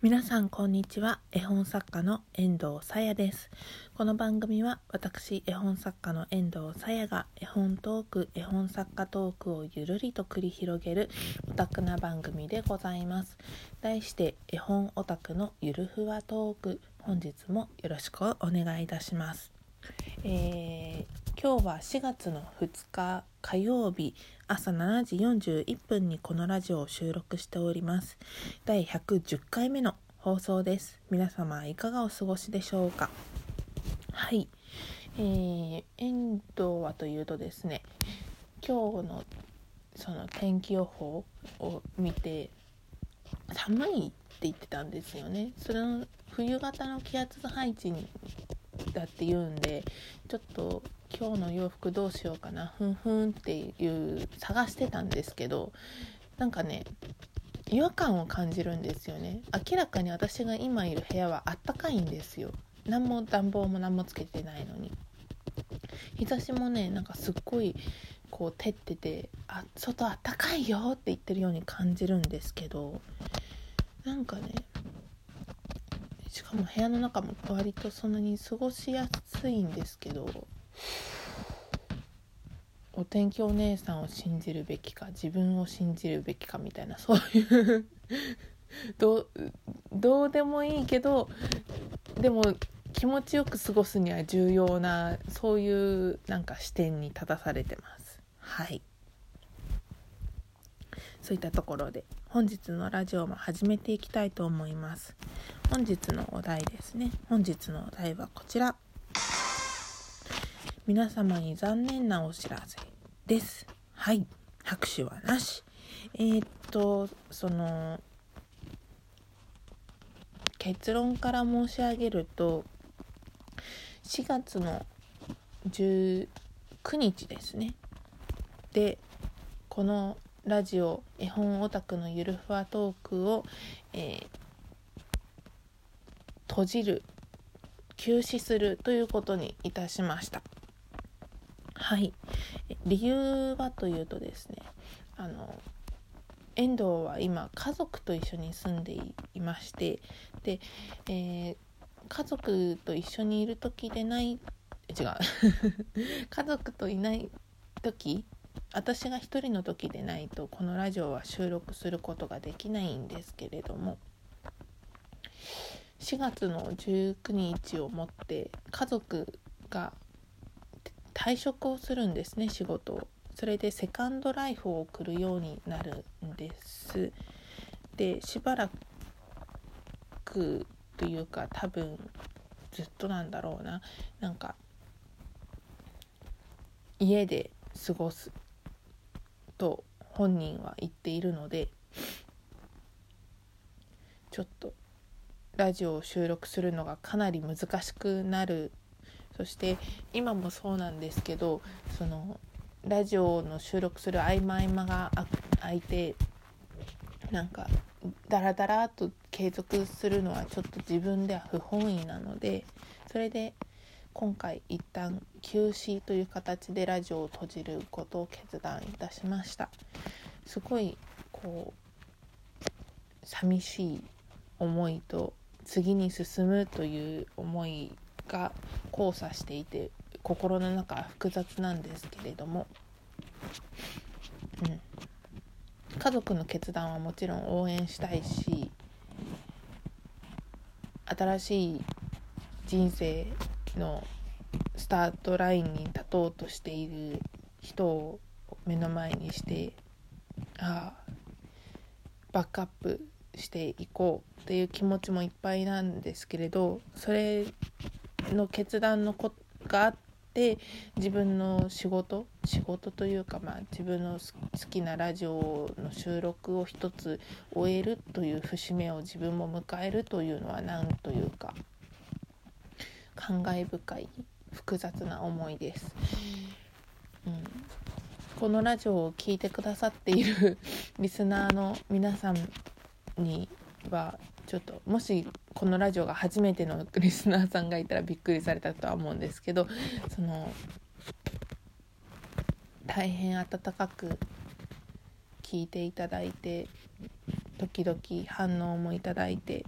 皆さんこんにちは。絵本作家の遠藤さやです。この番組は私絵本作家の遠藤さやが絵本トーク、絵本作家トークをゆるりと繰り広げるオタクな番組でございます。題して絵本オタクのゆるふわトーク、本日もよろしくお願いいたします。今日は4月の2日火曜日朝7時41分にこのラジオを収録しております。第110回目の放送です。皆様いかがお過ごしでしょうか。はい、遠藤はというとですね、今日のその天気予報を見て寒いって言ってたんですよね。その冬型の気圧配置だって言うんで、ちょっと今日の洋服どうしようかなっていう探してたんですけど、なんかね違和感を感じるんですよね。明らかに私が今いる部屋はあったかいんですよ。何も暖房も何もつけてないのに、日差しもねなんかすっごいこう照ってて、外あったかいよって言ってるように感じるんですけど、なんかね、しかも部屋の中も割とそんなに過ごしやすいんですけど、お天気お姉さんを信じるべきか自分を信じるべきかみたいな、そういうどうでもいいけどでも気持ちよく過ごすには重要な、そういうなんか視点に立たされてます。はい、そういったところで本日のラジオも始めていきたいと思います。本日のお題ですね。本日のお題はこちら。皆様に残念なお知らせです。はい、拍手はなし。その結論から申し上げると、4月の19日ですね。で、このラジオ絵本オタクのゆるふわトークを、閉じる、休止するということにいたしました。はい、理由はというとですね、遠藤は今家族と一緒に住んでいまして、で、家族と一緒にいる時でない家族といない時、私が一人の時でないとこのラジオは収録することができないんですけれども、4月の19日をもって家族が退職をするんですね、仕事を。それでセカンドライフを送るようになるんです。で、しばらくというか多分ずっとなんだろうな、なんか家で過ごすと本人は言っているので、ちょっとラジオを収録するのがかなり難しくなる。そして今もそうなんですけど、そのラジオの収録する合間が空いて、なんかダラダラと継続するのはちょっと自分では不本意なので、それで今回一旦休止という形でラジオを閉じることを決断いたしました。すごいこう寂しい思いと次に進むという思いが交差していて、心の中は複雑なんですけれども、家族の決断はもちろん応援したいし、新しい人生のスタートラインに立とうとしている人を目の前にして、バックアップしていこうっていう気持ちもいっぱいなんですけれど、それの決断のがあって自分の仕事というか、自分の好きなラジオの収録を一つ終えるという節目を自分も迎えるというのは、なんというか感慨深い複雑な思いです。このラジオを聞いてくださっているリスナーの皆さんにはちょっと、もしこのラジオが初めてのリスナーさんがいたらびっくりされたとは思うんですけど、その大変温かく聞いていただいて、 時々反応もいただいて、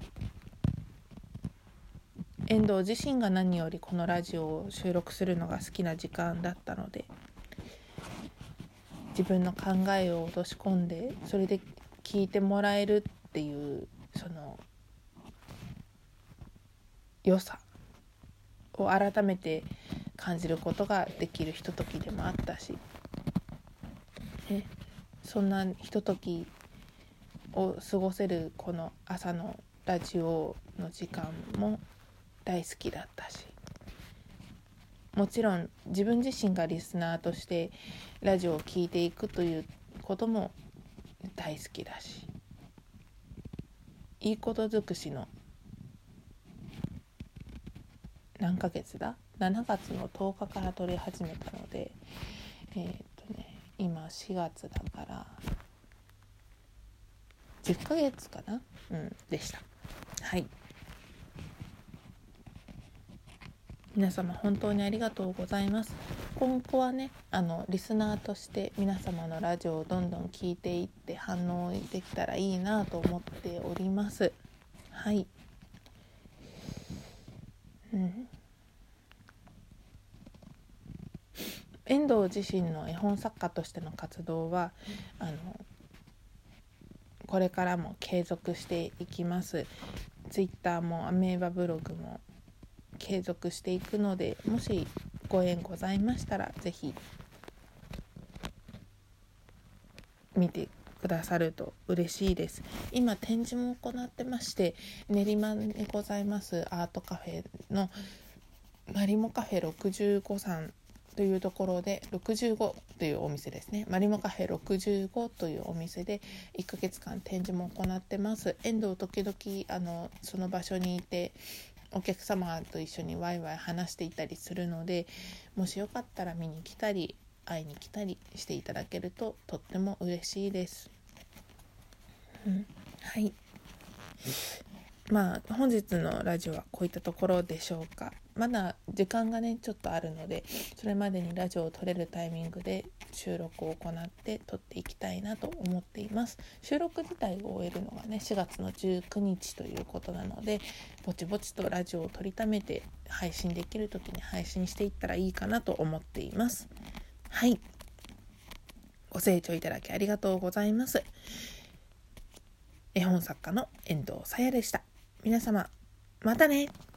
遠藤自身が何よりこのラジオを収録するのが好きな時間だったので、自分の考えを落とし込んでそれで聞いてもらえるっていうその良さを改めて感じることができるひとときでもあったし、そんなひとときを過ごせるこの朝のラジオの時間も大好きだったし、もちろん自分自身がリスナーとしてラジオを聞いていくということも大好きだし、いいこと尽くしの何ヶ月だ7月の10日から撮り始めたので、今4月だから10ヶ月かな、でした。はい、皆様本当にありがとうございます。今後はね、リスナーとして皆様のラジオをどんどん聞いていって反応できたらいいなと思っております。はい、遠藤自身の絵本作家としての活動はこれからも継続していきます。ツイッターもアメーバブログも継続していくので、もしご縁ございましたらぜひ見てくださると嬉しいです。今展示も行ってまして、練馬にございますアートカフェのマリモカフェ65さんというところで、65というお店ですね、マリモカフェ65というお店で1ヶ月間展示も行ってます。遠藤時々その場所にいてお客様と一緒にワイワイ話していたりするので、もしよかったら見に来たり会いに来たりしていただけるととっても嬉しいです。はい、本日のラジオはこういったところでしょうか。まだ時間がねちょっとあるので、それまでにラジオを撮れるタイミングで収録を行って撮っていきたいなと思っています。収録自体を終えるのがね4月の19日ということなので、ぼちぼちとラジオを撮りためて配信できる時に配信していったらいいかなと思っています。はい、ご清聴いただきありがとうございます。絵本作家の遠藤さやでした。皆様またね。